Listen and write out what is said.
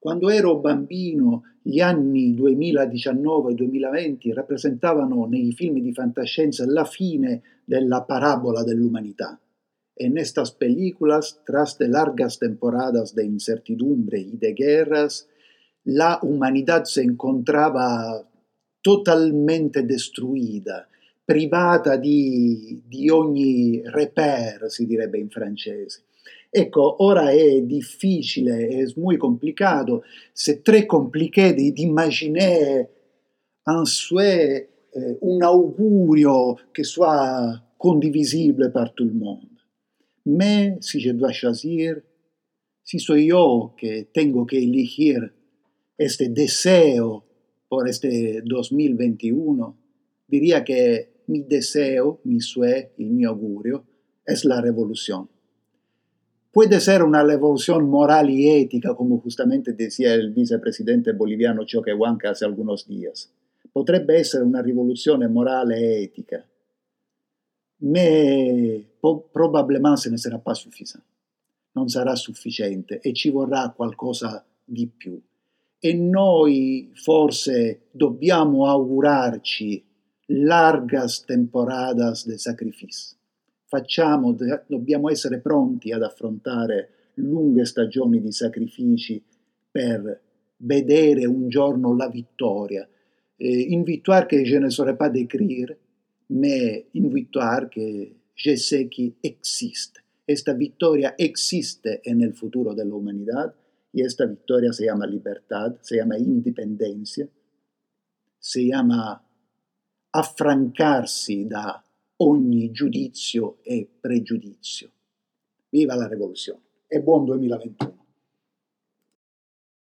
Quando ero bambino, gli anni 2019-2020 rappresentavano nei film di fantascienza la fine della parabola dell'umanità. En estas películas, tras de largas temporadas de incertidumbre y de guerras, la humanidad se encontraba totalmente destruida, privata di ogni repère, si direbbe in francese. Ecco, ora è difficile, è muy complicato, c'est très compliqué d'imaginer un souhait, un augurio che soit condivisibile par tout le monde. Mais si je dois choisir, si soy yo que tengo que elegir este deseo por este 2021, diría que mi deseo, mi sueño, el mio augurio, es la revolución. Puede ser una revolución moral y ética, como justamente decía el vicepresidente boliviano Choquehuanca hace algunos días. Potrebbe essere una rivoluzione morale e etica, ma probabilmente ce ne sarà pas suffisant. Non sarà sufficiente e ci vorrà qualcosa di più. E noi forse dobbiamo augurarci largas temporadas de sacrificio. Dobbiamo essere pronti ad affrontare lunghe stagioni di sacrifici per vedere un giorno la vittoria. Une victoire que je ne saurais pas décrire, mais une victoire que je sais qui existe. Esta victoria existe en el futuro de la humanidad y esta victoria se llama libertad, se llama independencia, se llama affrancarsi da ogni giudizio e pregiudizio. Viva la rivoluzione e buon 2021!